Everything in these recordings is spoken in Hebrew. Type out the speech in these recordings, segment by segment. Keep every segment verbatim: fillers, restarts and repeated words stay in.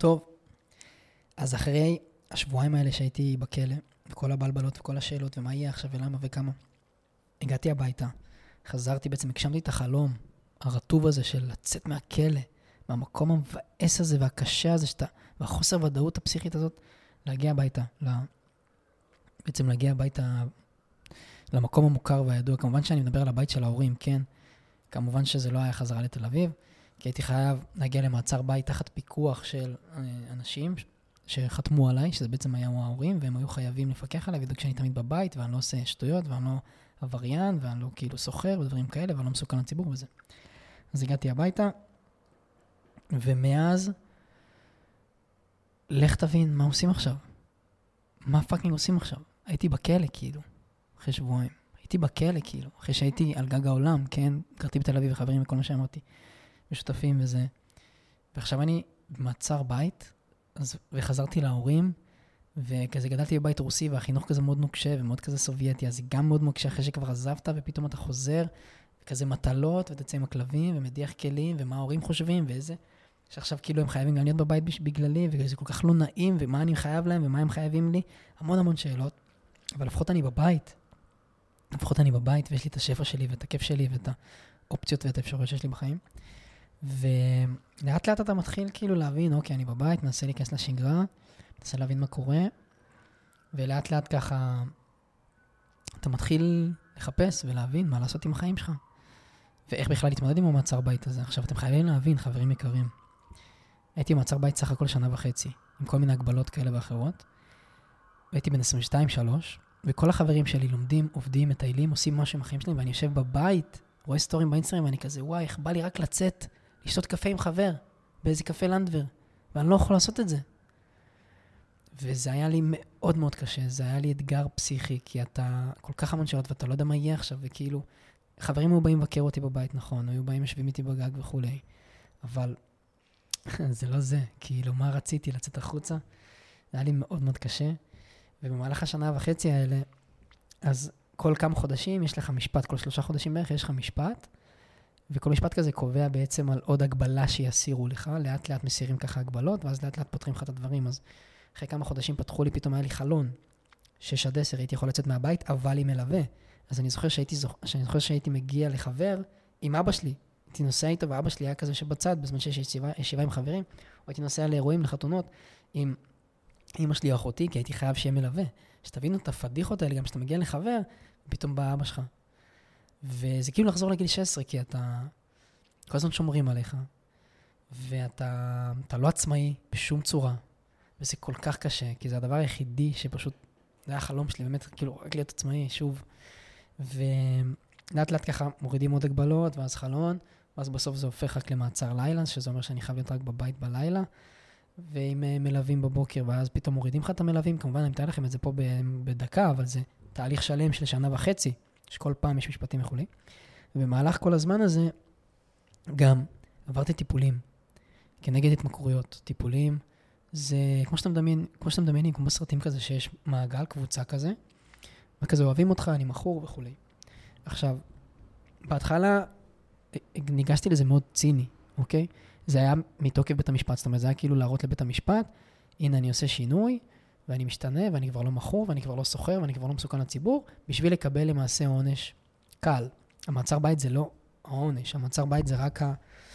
טוב, אז אחרי השבועיים האלה שהייתי בכלא, וכל הבלבלות וכל השאלות, ומה יהיה עכשיו ולמה וכמה, הגעתי הביתה, חזרתי בעצם, הגשמתי את החלום הרטוב הזה של לצאת מהכלא, מהמקום המבאס הזה והקשה הזה, שאתה, והחוסר ודאות הפסיכית הזאת, להגיע הביתה, לה, בעצם להגיע הביתה למקום המוכר והידוע. כמובן שאני מדבר על הבית של ההורים, כן? כמובן שזה לא היה חזרה לתל אביב, כי הייתי חייב להגיע למעצר בית תחת פיקוח של אנשים שחתמו עליי, שזה בעצם היה ההורים, והם היו חייבים לפקח עליי, ודאג שאני תמיד בבית, ואני לא עושה שטויות, ואני לא עבריין, ואני לא כאילו סוחר, ודברים כאלה, ואני לא מסוכן לציבור וזה. אז הגעתי הביתה, ומאז, לך תבין מה עושים עכשיו. מה פאקינג עושים עכשיו? הייתי בכלא, כאילו, אחרי שבועיים. הייתי בכלא, כאילו, אחרי שהייתי על גג העולם, כן? גרתי בתל אביב וחברים וכל מה שאמרתי, ושותפים וזה. ועכשיו אני במעצר בית, אז, וחזרתי להורים, וכזה גדלתי בבית רוסי, והחינוך כזה מאוד נוקשה, ומאוד כזה סובייטי, אז זה גם מאוד נוקשה, אחרי שכבר עזבת, ופתאום אתה חוזר, וכזה מטלות, ותצא עם הכלבים, ומדיח כלים, ומה ההורים חושבים, ואיזה, שעכשיו כאילו הם חייבים גם להיות בבית בגללי, וזה כל כך לא נעים, ומה אני חייב להם, ומה הם חייבים לי, המון המון שאלות, אבל לפחות אני בבית, לפחות אני בבית, ויש לי את השפע שלי, ואת הכיף שלי, ואת האופציות ואת האפשרויות שיש לי בחיים. ולאט לאט אתה מתחיל כאילו להבין, אוקיי, אני בבית, מנסה להיכנס לשגרה, מנסה להבין מה קורה, ולאט לאט ככה, אתה מתחיל לחפש ולהבין מה לעשות עם החיים שלך, ואיך בכלל להתמודד עם המעצר בית הזה. עכשיו, אתם חייבים להבין, חברים יקרים, הייתי במעצר בית סך הכל שנה וחצי, עם כל מיני הגבלות כאלה ואחרות, והייתי בן עשרים ושתיים שלוש, וכל החברים שלי לומדים, עובדים, מטיילים, עושים משהו עם החיים שלהם, ואני יושב בבית, רואה סטורים באינסטגרם, ואני כזה, וואי, איך בא לי רק לצאת, לשתות קפה עם חבר, באיזה קפה לנדבר, ואני לא יכול לעשות את זה. וזה היה לי מאוד מאוד קשה, זה היה לי אתגר פסיכי, כי אתה כל כך המון שעות, ואתה לא יודע מה יהיה עכשיו, וכאילו, חברים היו באים לבקר אותי בבית, נכון, היו באים יושבים איתי בגג וכו'. אבל זה לא זה, כאילו, מה רציתי לצאת החוצה? זה היה לי מאוד מאוד קשה, ובמהלך השנה וחצי האלה, אז כל כמה חודשים יש לך משפט, כל שלושה חודשים בערך יש לך משפט, וכל משפט כזה קובע בעצם על עוד הגבלה שיסירו לך, לאט לאט מסירים ככה הגבלות, ואז לאט לאט פותרים לך את הדברים. אז אחרי כמה חודשים פתחו לי, פתאום היה לי חלון, שש עד עשר, הייתי יכול לצאת מהבית, אבל עם מלווה. אז אני זוכר שהייתי, שאני זוכר שהייתי מגיע לחבר עם אבא שלי, הייתי נוסע איתו, ואבא שלי היה כזה שבצד, בזמן שיש ישיבה, ישיבה עם חברים, או הייתי נוסע לאירועים, לחתונות, עם אמא שלי או אחותי, כי הייתי חייב שיהיה מלווה. שתבינו את הפדיחות האלה, גם שאתה מגיע לחבר, פתאום בא אבא שלך. וזה כאילו לחזור לגיל שש עשרה, כי אתה כל הזמן שומרים עליך, ואתה אתה לא עצמאי בשום צורה, וזה כל כך קשה, כי זה הדבר היחידי שפשוט, זה היה החלום שלי, באמת, כאילו, רק להיות עצמאי, שוב. ולאט לאט ככה מורידים עוד הגבלות, ואז חלון, ואז בסוף זה הופך רק למעצר לילה, שזה אומר שאני חייב להיות רק בבית בלילה, ועם מלווים בבוקר, ואז פתאום מורידים לך את המלווים, כמובן אני מתאר לכם את זה פה בדקה, אבל זה תהליך שלם של שנה וחצי, שכל פעם יש משפטים וכולי. ובמהלך כל הזמן הזה, גם עברתי טיפולים, כנגד התמכרויות. טיפולים, זה כמו שאתם מדמיינים, כמו שאתם מדמיינים, כמו בסרטים כזה, שיש מעגל, קבוצה כזה, וכזה אוהבים אותך, אני מכור וכולי. עכשיו, בהתחלה, ניגשתי לזה מאוד ציני, אוקיי? זה היה מתוקף בית המשפט, זאת אומרת, זה היה כאילו להראות לבית המשפט, הנה אני עושה שינוי, ואני משתנה, ואני כבר לא מכור, ואני כבר לא סוחר, ואני כבר לא מסוכן לציבור, בשביל לקבל למעשה עונש קל. המעצר בית זה לא העונש, המעצר בית זה רק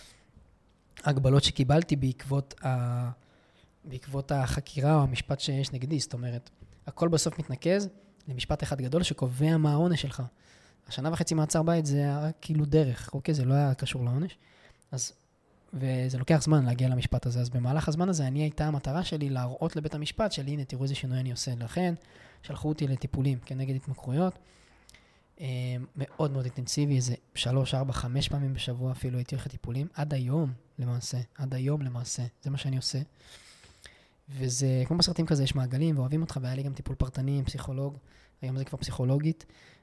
ההגבלות שקיבלתי בעקבות, ה... בעקבות החקירה או המשפט שיש נגדי, זאת אומרת, הכל בסוף מתנקז למשפט אחד גדול שקובע מה העונש שלך. השנה וחצי מעצר בית זה היה כאילו דרך, אוקיי? זה לא היה קשור לעונש. אז, וזה לוקח זמן להגיע למשפט הזה. אז במהלך הזמן הזה, אני הייתה המטרה שלי להראות לבית המשפט שלי, הנה, תראו איזה שינוי אני עושה. לכן, שלחו אותי לטיפולים כנגד התמכרויות. מאוד מאוד אינטנסיבי, איזה שלוש, ארבע, חמש פעמים בשבוע אפילו הייתי הולך לטיפולים. עד היום, למעשה. עד היום, למעשה. זה מה שאני עושה. וזה, כמו בסרטים כזה, יש מעגלים ואוהבים אותך, והיה לי גם טיפול פרטני עם פסיכולוג. היום זה כבר פסיכולוגית.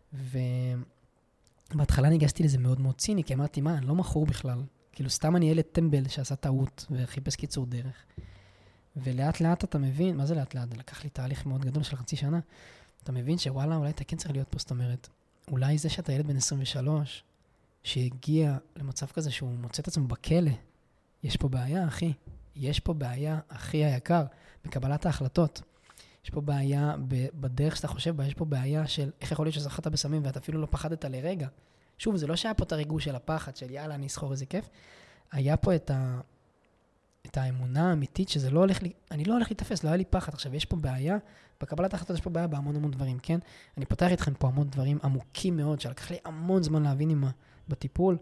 ובהתחלה ניגשתי לזה מאוד מאוד ציני, כי אמרתי, מה, אני לא מכור בכלל. כאילו, סתם אני ילד טמבל שעשה טעות וחיפש קיצור דרך. ולאט לאט אתה מבין, מה זה לאט לאט? זה לקח לי תהליך מאוד גדול של חצי שנה. אתה מבין שוואלה, אולי אתה כן צריך להיות פה, זאת אומרת, אולי זה שאתה ילד בן עשרים ושלוש, שהגיע למצב כזה שהוא מוצא את עצמו בכלא, יש פה בעיה, אחי. יש פה בעיה הכי היקר בקבלת ההחלטות. יש פה בעיה בדרך שאתה חושב בה, יש פה בעיה של איך יכול להיות שזכרת בסמים ואתה אפילו לא פחדת לרגע. שוב, זה לא שהיה פה את הריגוש של הפחד, של יאללה, אני אסחור איזה כיף. היה פה את, ה... את האמונה האמיתית שזה לא הולך לי, אני לא הולך להתאפס, לא היה לי פחד. עכשיו, יש פה בעיה, בקבלת ההחלטות יש פה בעיה בהמון המון דברים, כן? אני פותח איתכם פה המון דברים עמוקים מאוד, שלקח לי המון זמן להבין עם בטיפול,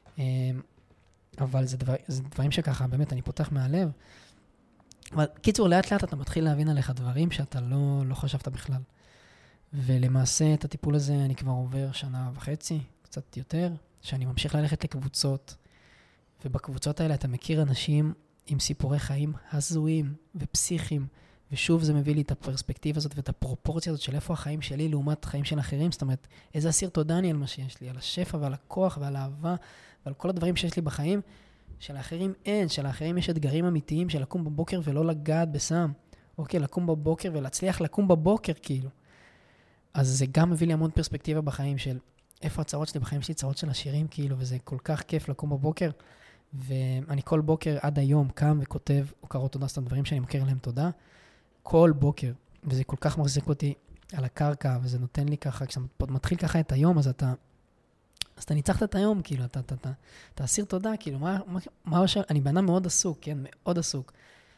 אבל זה, דבר... זה דברים שככה, באמת, אני פותח מהלב. אבל קיצור, לאט לאט אתה מתחיל להבין עליך דברים שאתה לא, לא חשבת בכלל. ולמעשה את הטיפול הזה אני כבר עובר שנה וחצי, קצת יותר, שאני ממשיך ללכת לקבוצות, ובקבוצות האלה אתה מכיר אנשים עם סיפורי חיים הזויים ופסיכיים, ושוב זה מביא לי את הפרספקטיבה הזאת ואת הפרופורציה הזאת של איפה החיים שלי לעומת חיים של אחרים, זאת אומרת, איזה אסיר תודה אני על מה שיש לי, על השפע ועל הכוח ועל האהבה ועל כל הדברים שיש לי בחיים, שלאחרים אין, שלאחרים יש אתגרים אמיתיים של לקום בבוקר ולא לגעת בסם, אוקיי, לקום בבוקר ולהצליח לקום בבוקר כאילו. אז זה גם מביא לי המון פרספקטיבה בחיים של איפה הצרות שלי בחיים שלי, צרות של השירים כאילו, וזה כל כך כיף לקום בבוקר, ואני כל בוקר עד היום קם וכותב הוקרות תודה, סתם דברים שאני מכיר להם תודה, כל בוקר, וזה כל כך מחזיק אותי על הקרקע, וזה נותן לי ככה, כשאתה מתחיל ככה את היום, אז אתה, אז אתה ניצחת את היום, כאילו, אתה, אתה, אתה, אתה אסיר תודה, כאילו, מה, מה, מה, אני בנה מאוד עסוק, כן, מאוד עסוק,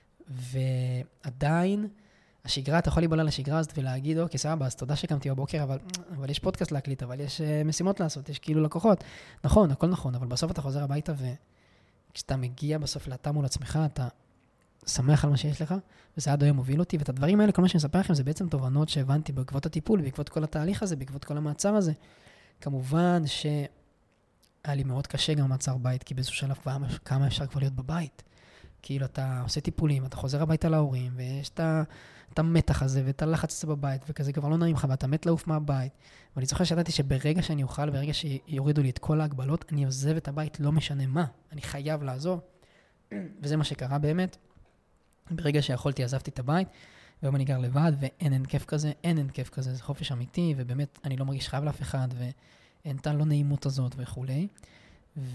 ועדיין, השגרה, אתה יכול להיבולה לשגרה הזאת ולהגיד, אוקיי, סבבה, אז תודה שקמתי בבוקר, אבל, אבל יש פודקאסט להקליט, אבל יש uh, משימות לעשות, יש כאילו לקוחות. נכון, הכל נכון, אבל בסוף אתה חוזר הביתה, וכשאתה מגיע בסוף לאתה מול עצמך, אתה שמח על מה שיש לך, וזה עד היום מוביל אותי, ואת הדברים האלה, כל מה שאני מספר לכם, זה בעצם תובנות שהבנתי בעקבות הטיפול, בעקבות כל התהליך הזה, בעקבות כל המעצר הזה. כמובן שהיה לי מאוד קשה גם מעצר בית, כי באיזשהו שלב כמה אפשר כבר להיות בבית. כאילו אתה עושה טיפולים, אתה חוזר הביתה להורים, ויש את ה... את המתח הזה, ואת הלחץ הזה בבית, וכזה כבר לא נעים לך, ואתה מת לעוף מהבית. ואני זוכר שידעתי שברגע שאני אוכל, ברגע שיורידו לי את כל ההגבלות, אני עוזב את הבית, לא משנה מה. אני חייב לעזוב. וזה מה שקרה באמת. ברגע שיכולתי, עזבתי את הבית, והיום אני גר לבד, ואין אין כיף כזה, אין אין כיף כזה, זה חופש אמיתי, ובאמת אני לא מרגיש חייב לאף אחד, ואין את הלא נעימות הזאת וכו'. ו...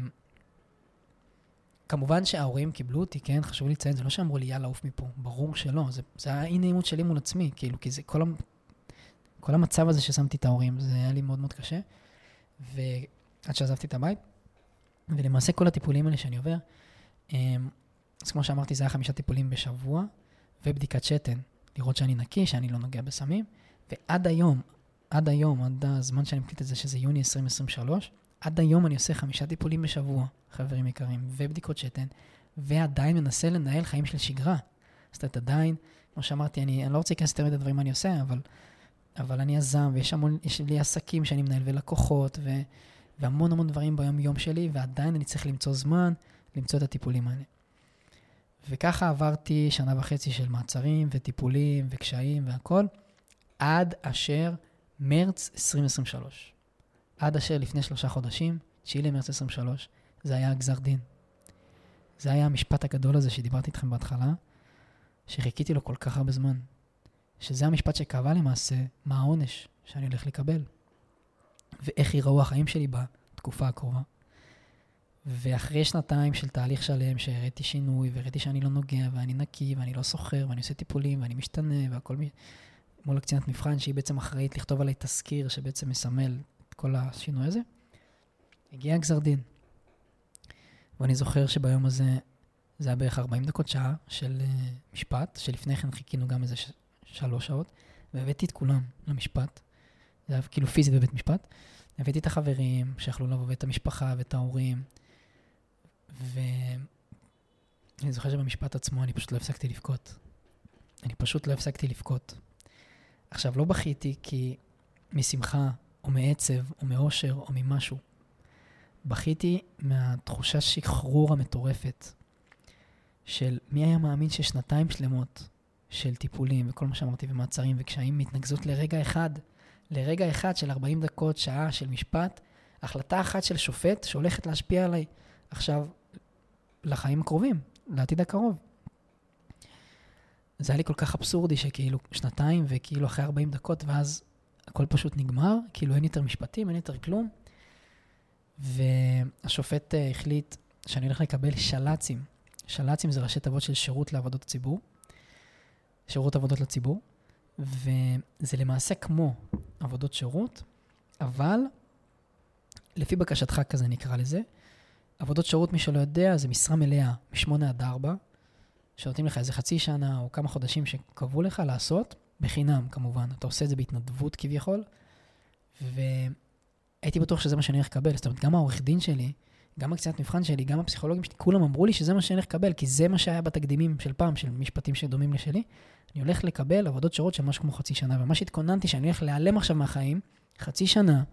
כמובן שההורים קיבלו אותי, כן, חשוב לי לציין, זה לא שאמרו לי, יאללה, עוף מפה, ברור שלא, זה, זה היה אי נעימות שלי מול עצמי, כאילו, כי זה כל, כל המצב הזה ששמתי את ההורים, זה היה לי מאוד מאוד קשה, ועד שעזבתי את הבית, ולמעשה כל הטיפולים האלה שאני עובר, אז כמו שאמרתי, זה היה חמישה טיפולים בשבוע, ובדיקת שתן, לראות שאני נקי, שאני לא נוגע בסמים, ועד היום, עד היום, עד הזמן שאני מקליט את זה, שזה יוני עשרים עשרים ושלוש, עד היום אני עושה חמישה טיפולים בשבוע, חברים יקרים, ובדיקות שתן, ועדיין מנסה לנהל חיים של שגרה. זאת אומרת, עדיין, כמו שאמרתי, אני, אני לא רוצה להיכנס יותר את הדברים מה אני עושה, אבל, אבל אני יזם, ויש המון, יש לי עסקים שאני מנהל, ולקוחות, ו, והמון המון דברים ביום יום שלי, ועדיין אני צריך למצוא זמן, למצוא את הטיפולים האלה. וככה עברתי שנה וחצי של מעצרים, וטיפולים, וקשיים, והכל, עד אשר מרץ עשרים עשרים ושלוש. עד אשר לפני שלושה חודשים, תשיעי למרץ עשרים ושלוש, זה היה גזר דין. זה היה המשפט הגדול הזה שדיברתי איתכם בהתחלה, שחיכיתי לו כל כך הרבה זמן. שזה המשפט שקבע למעשה מה העונש שאני הולך לקבל. ואיך ייראו החיים שלי בתקופה הקרובה. ואחרי שנתיים של תהליך שלם שהראיתי שינוי, והראיתי שאני לא נוגע, ואני נקי, ואני לא סוחר, ואני עושה טיפולים, ואני משתנה, והכל מ... מול הקצינת מבחן, שהיא בעצם אחראית לכתוב עליי תזכיר, שבעצם מסמל את כל השינוי הזה. הגיע גזר דין. ואני זוכר שביום הזה, זה היה בערך ארבעים דקות שעה של uh, משפט, שלפני כן חיכינו גם איזה ש... שלוש שעות, והבאתי את כולם למשפט. זה היה כאילו פיזית בבית משפט. הבאתי את החברים שיכלו לבוא, ואת המשפחה ואת ההורים. ואני זוכר שבמשפט עצמו אני פשוט לא הפסקתי לבכות. אני פשוט לא הפסקתי לבכות. עכשיו, לא בכיתי כי משמחה, או מעצב, או מאושר, או ממשהו. בכיתי מהתחושה שחרור המטורפת של מי היה מאמין ששנתיים שלמות של טיפולים וכל מה שאמרתי ומעצרים וקשיים מתנגזות לרגע אחד, לרגע אחד של ארבעים דקות, שעה של משפט, החלטה אחת של שופט שהולכת להשפיע עליי עכשיו לחיים הקרובים, לעתיד הקרוב. זה היה לי כל כך אבסורדי שכאילו שנתיים וכאילו אחרי ארבעים דקות ואז הכל פשוט נגמר, כאילו אין יותר משפטים, אין יותר כלום. והשופט החליט שאני הולך לקבל שלצים, של"צים זה ראשי תיבות של שירות לעבודות הציבור, שירות עבודות לציבור, וזה למעשה כמו עבודות שירות, אבל לפי בקשתך כזה נקרא לזה, עבודות שירות, מי שלא יודע, זה משרה מלאה משמונה עד ארבע, שנותנים לך איזה חצי שנה או כמה חודשים שקבעו לך לעשות, בחינם כמובן, אתה עושה את זה בהתנדבות כביכול, והייתי בטוח שזה מה שאני הולך לקבל, זאת אומרת, גם העורך דין שלי, גם הקצינת מבחן שלי, גם הפסיכולוגים שלי, כולם אמרו לי שזה מה שאני הולך לקבל, כי זה מה שהיה בתקדימים של פעם, של משפטים שדומים לשלי, אני הולך לקבל עבודות שירות של משהו כמו חצי שנה, ומה שהתכוננתי שאני הולך להיעלם עכשיו מהחיים, חצי שנה,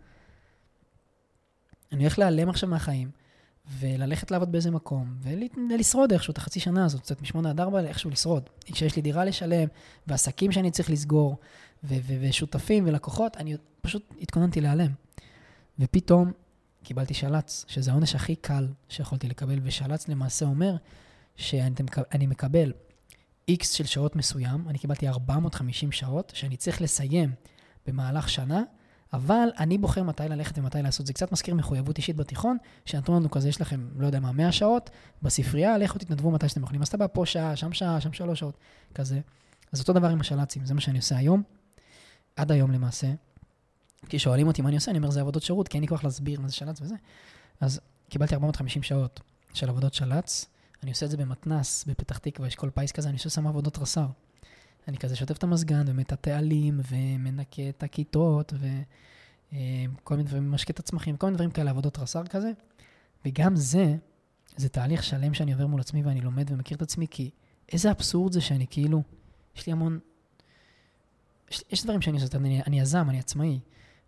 אני הולך להיעלם עכשיו מהחיים, וללכת לעבוד באיזה מקום, ולשרוד איכשהו את החצי שנה הזאת, קצת משמונה עד ארבע, איכשהו לשרוד. כשיש לי דירה לשלם, ועסקים שאני צריך לסגור, ו- ו- ושותפים ולקוחות, אני פשוט התכוננתי להיעלם. ופתאום קיבלתי של"צ, שזה העונש הכי קל שיכולתי לקבל, ושל"צ למעשה אומר שאני מקבל X של שעות מסוים, אני קיבלתי ארבע מאות וחמישים שעות, שאני צריך לסיים במהלך שנה, אבל אני בוחר מתי ללכת ומתי לעשות. זה קצת מזכיר מחויבות אישית בתיכון, שנתנו לנו כזה, יש לכם, לא יודע מה, מאה שעות, בספרייה, לכו תתנדבו מתי שאתם יכולים. אז אתה בא פה שעה, שם שעה, שם שלוש שעות, כזה. אז אותו דבר עם השל"צים, זה מה שאני עושה היום, עד היום למעשה. כי שואלים אותי מה אני עושה, אני אומר, זה עבודות שירות, כי אין לי כוח להסביר מה זה של"צ וזה. אז קיבלתי ארבע מאות וחמישים שעות של עבודות של"צ, אני עושה את זה במתנ"ס, בפתח תקווה, יש כל פייס כזה, אני עושה שם עבודות רס"ר. אני כזה שוטף את המזגן, ומטאטא עלים, ומנקה את הכיתות, וכל מיני דברים, משקה את הצמחים, כל מיני דברים כאלה, עבודות רס"ר כזה. וגם זה, זה תהליך שלם שאני עובר מול עצמי, ואני לומד ומכיר את עצמי, כי איזה אבסורד זה שאני כאילו, יש לי המון, יש, יש דברים שאני עושה, אני, אני יזם, אני עצמאי,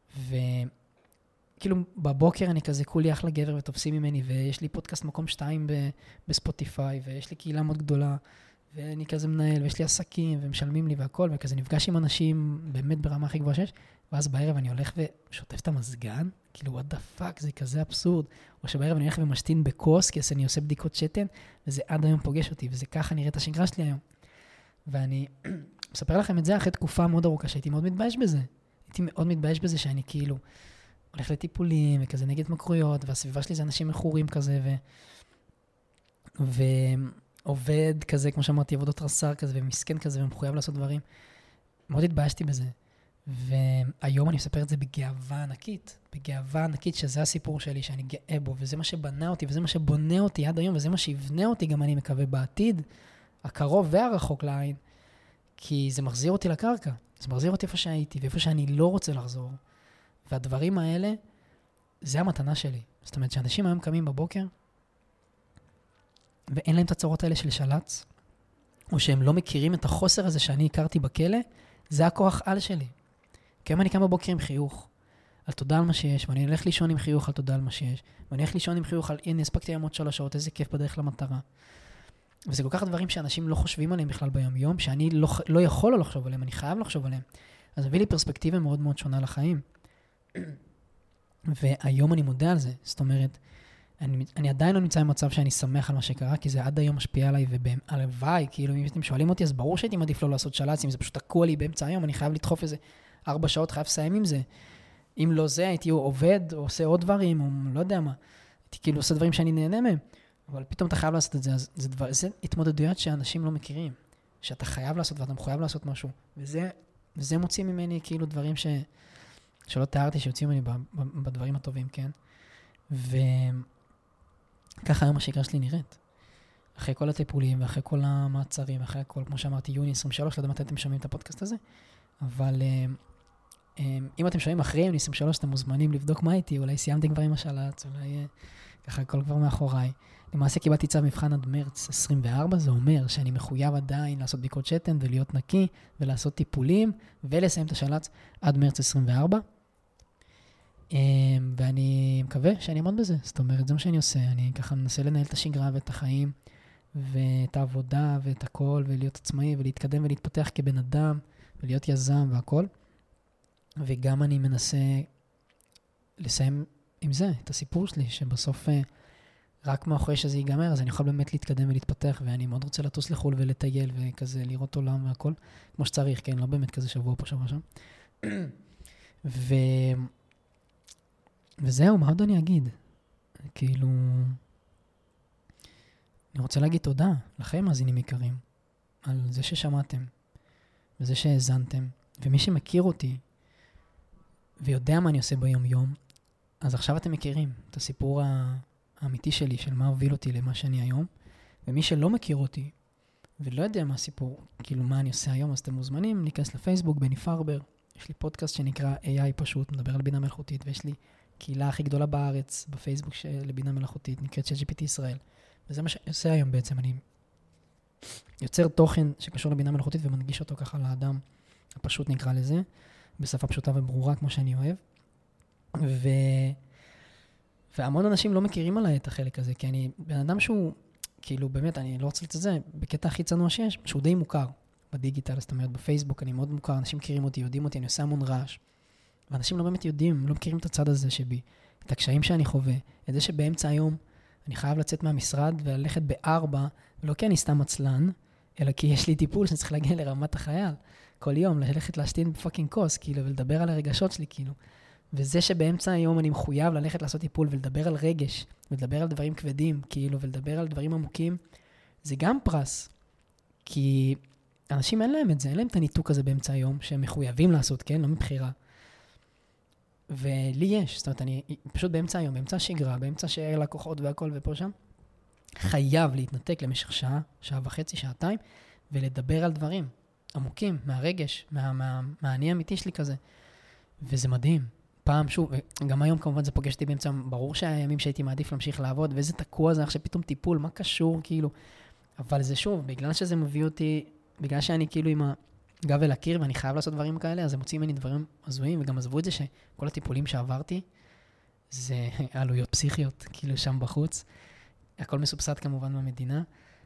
וכאילו בבוקר אני כזה כולי אחלה גבר ותופסים ממני, ויש לי פודקאסט מקום שתיים ב, בספוטיפיי, ויש לי קהילה מאוד גדולה, ואני כזה מנהל, ויש לי עסקים, ומשלמים לי והכל, וכזה נפגש עם אנשים באמת ברמה הכי גבוהה שיש, ואז בערב אני הולך ושוטף את המזגן, כאילו, what the fuck, זה כזה אבסורד, או שבערב אני הולך ומשתין בקוס, כי אני עושה בדיקות שתן, וזה עד היום פוגש אותי, וזה ככה נראה את השגרה שלי היום. ואני מספר לכם את זה אחרי תקופה מאוד ארוכה, שהייתי מאוד מתבייש בזה. הייתי מאוד מתבייש בזה שאני כאילו הולך לטיפולים, וכזה נגד התמכרויות, והסביבה שלי זה אנשים מכורים כזה, ו... ו... עובד כזה, כמו שאמרתי, עבודות רס"ר כזה, ומסכן כזה, ומחויב לעשות דברים. מאוד התביישתי בזה. והיום אני מספר את זה בגאווה ענקית, בגאווה ענקית שזה הסיפור שלי, שאני גאה בו, וזה מה שבנה אותי, וזה מה שבונה אותי עד היום, וזה מה שיבנה אותי גם אני מקווה בעתיד, הקרוב והרחוק לעין, כי זה מחזיר אותי לקרקע, זה מחזיר אותי איפה שהייתי, ואיפה שאני לא רוצה לחזור. והדברים האלה, זה המתנה שלי. זאת אומרת, שאנשים היום קמים בבוקר, ואין להם את הצורות האלה של של"צ, או שהם לא מכירים את החוסר הזה שאני הכרתי בכלא, זה הכוח על שלי. כי היום אני קם בבוקר עם חיוך, על תודה על מה שיש, ואני הולך לישון עם חיוך על תודה על מה שיש, ואני הולך לישון עם חיוך על, הנה, הספקתי היום עוד שלוש שעות, איזה כיף בדרך למטרה. וזה כל כך דברים שאנשים לא חושבים עליהם בכלל ביום יום, שאני לא, לא יכול לא לחשוב עליהם, אני חייב לחשוב עליהם. אז הביא לי פרספקטיבה מאוד מאוד שונה לחיים. והיום אני מודה על זה, זאת אומרת, אני, אני עדיין לא נמצא במצב שאני שמח על מה שקרה, כי זה עד היום משפיע עליי, והלוואי, כאילו, אם אתם שואלים אותי, אז ברור שהייתי מעדיף לא לעשות של"צ, אם זה פשוט תקוע לי באמצע היום, אני חייב לדחוף איזה ארבע שעות, חייב לסיים עם זה. אם לא זה, הייתי עובד, או עושה עוד דברים, או לא יודע מה. הייתי כאילו עושה דברים שאני נהנה מהם, אבל פתאום אתה חייב לעשות את זה, אז זה, דבר, זה התמודדויות שאנשים לא מכירים, שאתה חייב לעשות, ואתה מחויב לעשות משהו, וזה, וזה מוציא ממני כאילו דברים ש, שלא תיארתי, שיוצאים ממני בדברים הטובים, כן? ו... ככה היום השגרה שלי נראית. אחרי כל הטיפולים, ואחרי כל המעצרים, אחרי כל, כמו שאמרתי, יוני עשרים ושלוש, לא יודע מתי אתם שומעים את הפודקאסט הזה, אבל אם אתם שומעים אחרי יוני עשרים ושלוש, אתם מוזמנים לבדוק מה איתי, אולי סיימתי כבר עם השל"צ, אולי ככה הכל כבר מאחוריי. למעשה קיבלתי צו מבחן עד מרץ עשרים וארבע, זה אומר שאני מחויב עדיין לעשות בדיקות שתן, ולהיות נקי, ולעשות טיפולים, ולסיים את השל"צ עד מרץ עשרים וארבע. ואני מקווה שאני אעמוד בזה, זאת אומרת, זה מה שאני עושה, אני ככה מנסה לנהל את השגרה ואת החיים, ואת העבודה ואת הכל, ולהיות עצמאי, ולהתקדם ולהתפתח כבן אדם, ולהיות יזם והכל, וגם אני מנסה לסיים עם זה, את הסיפור שלי, שבסוף רק מאחורי שזה ייגמר, אז אני יכול באמת להתקדם ולהתפתח, ואני מאוד רוצה לטוס לחול ולטייל, וכזה לראות עולם והכל, כמו שצריך, כן, לא באמת כזה שבוע פה שבוע שם. ו... וזהו, מה עוד אני אגיד? כאילו, אני רוצה להגיד תודה לכם, מאזינים יקרים, על זה ששמעתם, וזה שהאזנתם, ומי שמכיר אותי, ויודע מה אני עושה ביום יום, אז עכשיו אתם מכירים את הסיפור האמיתי שלי, של מה הוביל אותי למה שאני היום, ומי שלא מכיר אותי, ולא יודע מה הסיפור, כאילו מה אני עושה היום, אז אתם מוזמנים להיכנס לפייסבוק, בני פרבר, יש לי פודקאסט שנקרא איי איי פשוט, מדבר על בינה מלאכותית, ויש לי קהילה הכי גדולה בארץ, בפייסבוק של בינה מלאכותית, נקראת צ'אט ג'י פי טי ישראל. וזה מה שאני עושה היום בעצם, אני יוצר תוכן שקשור לבינה מלאכותית, ומנגיש אותו ככה לאדם הפשוט נקרא לזה, בשפה פשוטה וברורה כמו שאני אוהב. ו... והמון אנשים לא מכירים עליי את החלק הזה, כי אני בן אדם שהוא, כאילו באמת, אני לא רוצה לצאת זה, בקטע הכי צנוע שיש, שהוא די מוכר בדיגיטל, זאת אומרת, בפייסבוק אני מאוד מוכר, אנשים מכירים אותי, יודעים אותי, אני עושה המון רעש. ואנשים לא באמת יודעים, לא מכירים את הצד הזה שבי, את הקשיים שאני חווה, את זה שבאמצע היום אני חייב לצאת מהמשרד וללכת בארבע, ולא כי אני סתם עצלן, אלא כי יש לי טיפול שאני צריך להגיע לרמת החייל. כל יום, ללכת להשתין בפאקינג כוס, כאילו, ולדבר על הרגשות שלי, כאילו. וזה שבאמצע היום אני מחויב ללכת לעשות טיפול ולדבר על רגש, ולדבר על דברים כבדים, כאילו, ולדבר על דברים עמוקים, זה גם פרס. כי אנשים אין להם את זה, אין להם את הניתוק הזה באמצע היום, שהם מחויבים לעשות, כן? לא מבחירה. ולי יש, זאת אומרת, אני פשוט באמצע היום, באמצע השגרה, באמצע שער לקוחות והכל ופה שם, חייב להתנתק למשך שעה, שעה וחצי, שעתיים, ולדבר על דברים עמוקים, מהרגש, מה, מה, מהעני האמיתי שלי כזה. וזה מדהים. פעם שוב, גם היום כמובן זה פוגש אותי באמצע, ברור שהימים שהייתי מעדיף להמשיך לעבוד, ואיזה תקוע זה עכשיו פתאום טיפול, מה קשור כאילו. אבל זה שוב, בגלל שזה מביא אותי, בגלל שאני כאילו עם הגב אל הקיר, ואני חייב לעשות דברים כאלה, אז הם מוצאים ממני דברים הזויים, וגם עזבו את זה שכל הטיפולים שעברתי, זה עלויות פסיכיות, כאילו שם בחוץ. הכל מסובסד כמובן מהמדינה,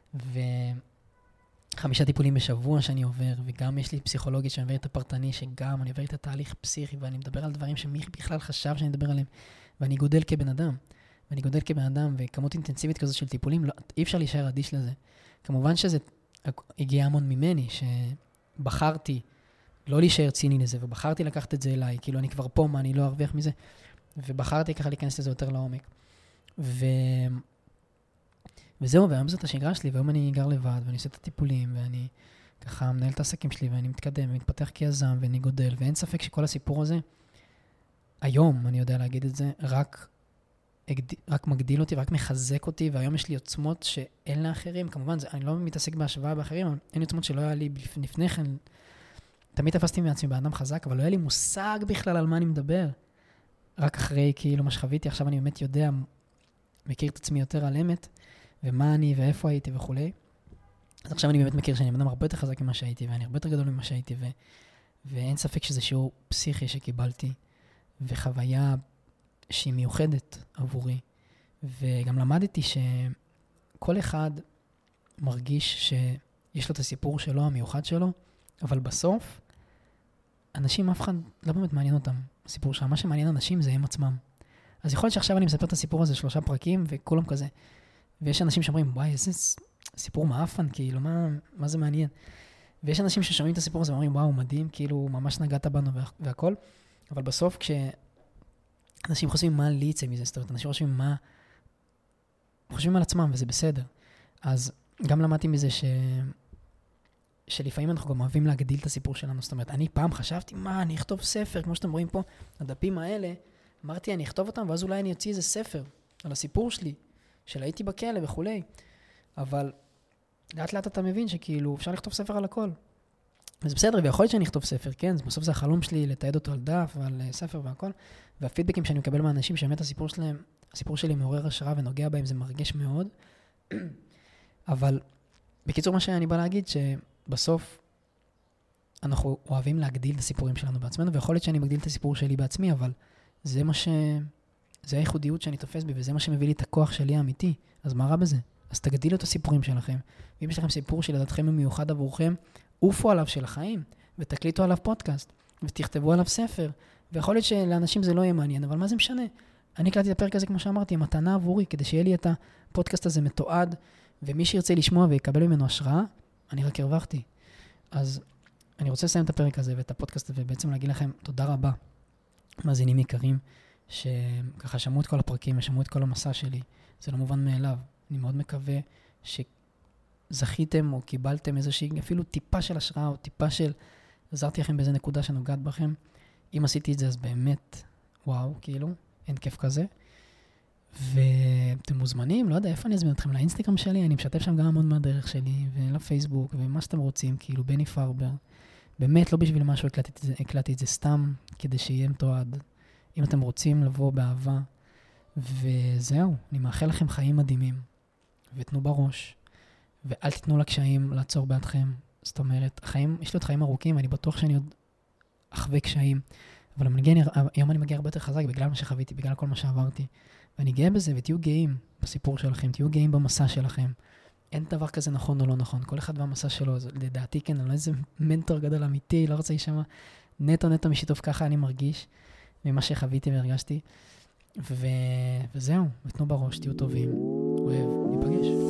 וחמישה טיפולים בשבוע שאני עובר, וגם יש לי פסיכולוגית שאני עובר את הפרטני, שגם אני עובר את התהליך פסיכי, ואני מדבר על דברים שמי בכלל חשב שאני מדבר עליהם, ואני גודל כבן אדם, ואני גודל כבן אדם, וכמות אינטנסיבית כזאת של טיפולים, לא, אי אפשר להישאר אדיש לזה. כמובן שזה הגיע המון ממני, שבחרתי לא להישאר ציני לזה, ובחרתי לקחת את זה אליי, כאילו אני כבר פה, מה אני לא ארוויח מזה, ובחרתי ככה להיכנס לזה יותר לעומק. ו... וזהו, והיום זאת השגרה שלי, והיום אני גר לבד, ואני עושה את הטיפולים, ואני ככה מנהל את העסקים שלי, ואני מתקדם, ומתפתח כיזם, ואני גודל, ואין ספק שכל הסיפור הזה, היום, אני יודע להגיד את זה, רק, רק מגדיל אותי, רק מחזק אותי, והיום יש לי עוצמות שאין לאחרים, כמובן, זה, אני לא מתעסק בהשוואה באחרים, אבל אין עוצמות שלא היה לי לפני כן, תמיד תפסתי מעצמי באדם חזק, אבל לא היה לי מושג בכלל על מה אני מדבר. רק אחרי, כאילו, מה שחוויתי, עכשיו אני באמת יודע, מכיר את עצמי יותר על אמת, ומה אני ואיפה הייתי וכולי. אז עכשיו אני באמת מכיר שאני אדם הרבה יותר חזק ממה שהייתי, ואני הרבה יותר גדול ממה שהייתי, ו... ואין ספק שזה שיעור פסיכי שקיבלתי, וחוויה שהיא מיוחדת עבורי. וגם למדתי שכל אחד מרגיש שיש לו את הסיפור שלו, המיוחד שלו, אבל בסוף, אנשים אף אחד לא באמת מעניין אותם. הסיפור שם, מה שמעניין אנשים זה הם עצמם. אז יכול להיות שעכשיו אני מספר את הסיפור הזה שלושה פרקים, וכולם כזה. ויש אנשים שאומרים, וואי, איזה סיפור מאפן, כאילו, מה, מה זה מעניין? ויש אנשים ששומעים את הסיפור הזה ואומרים, וואו, מדהים, כאילו, ממש נגעת בנו והכל. אבל בסוף, כשאנשים חושבים מה לי יצא מזה, זאת אומרת, אנשים חושבים מה, חושבים על עצמם, וזה בסדר. אז גם למדתי מזה ש... שלפעמים אנחנו גם אוהבים להגדיל את הסיפור שלנו. זאת אומרת, אני פעם חשבתי, מה, אני אכתוב ספר, כמו שאתם רואים פה, הדפים האלה, אמרתי, אני אכתוב אותם, ואז אולי אני אוציא איזה ספר על הסיפור שלי, של הייתי בכלא וכולי. אבל לאט לאט אתה מבין שכאילו אפשר לכתוב ספר על הכל. וזה בסדר, ויכול להיות שאני אכתוב ספר, כן? בסוף זה החלום שלי לתעד אותו על דף ועל ספר והכל. והפידבקים שאני מקבל מהאנשים שבאמת הסיפור שלהם, הסיפור שלי מעורר השראה ונוגע בהם, זה מרגש מאוד. אבל בקיצור מה שאני בא להגיד, שבסוף אנחנו אוהבים להגדיל את הסיפורים שלנו בעצמנו, ויכול להיות שאני מגדיל את הסיפור שלי בעצמי, אבל זה מה ש... זה הייחודיות שאני תופס בי, וזה מה שמביא לי את הכוח שלי האמיתי. אז מה רע בזה? אז תגדילו את הסיפורים שלכם. ואם יש לכם סיפור שלדעתכם הוא מיוחד עבורכם, עופו עליו של החיים, ותקליטו עליו פודקאסט, ותכתבו עליו ספר. ויכול להיות שלאנשים זה לא יהיה מעניין, אבל מה זה משנה? אני הקלטתי את הפרק הזה, כמו שאמרתי, מתנה עבורי, כדי שיהיה לי את הפודקאסט הזה מתועד, ומי שירצה לשמוע ויקבל ממנו השראה, אני רק הרווחתי. אז אני רוצה לסיים את הפרק הזה ואת הפודקאסט, ובעצם להגיד לכם תודה רבה, מאזינים יקרים, שככה שמעו את כל הפרקים ושמעו את כל המסע שלי. זה לא מובן מאליו. אני מאוד מקווה שזכיתם או קיבלתם איזושהי, אפילו טיפה של השראה או טיפה של, עזרתי לכם באיזה נקודה שנוגעת בכם. אם עשיתי את זה, אז באמת, וואו, כאילו, אין כיף כזה. ואתם מוזמנים, לא יודע, איפה אני אזמין אתכם? לאינסטגרם שלי, אני משתף שם גם המון מהדרך שלי, ולפייסבוק, ומה שאתם רוצים, כאילו, בני פרבר. באמת, לא בשביל משהו הקלטתי את זה, הקלטתי את זה סתם, כדי שיהיה מתועד. אם אתם רוצים לבוא באהבה, וזהו, אני מאחל לכם חיים מדהימים, ותנו בראש, ואל תיתנו לקשיים לעצור בעדכם. זאת אומרת, החיים, יש לי עוד חיים ארוכים, אני בטוח שאני עוד אחווה קשיים, אבל אני מגיע, היום אני מגיע הרבה יותר חזק, בגלל מה שחוויתי, בגלל כל מה שעברתי. ואני גאה בזה, ותהיו גאים בסיפור שלכם, תהיו גאים במסע שלכם. אין דבר כזה נכון או לא נכון, כל אחד והמסע שלו, לדעתי כן, אני לא איזה מנטור גדול אמיתי, לא רוצה להישמע נטו נטו משיתוף, ככה אני מרגיש, ממה שחוויתי והרגשתי, ו... וזהו, ותנו בראש, תהיו טובים, אוהב, ניפגש.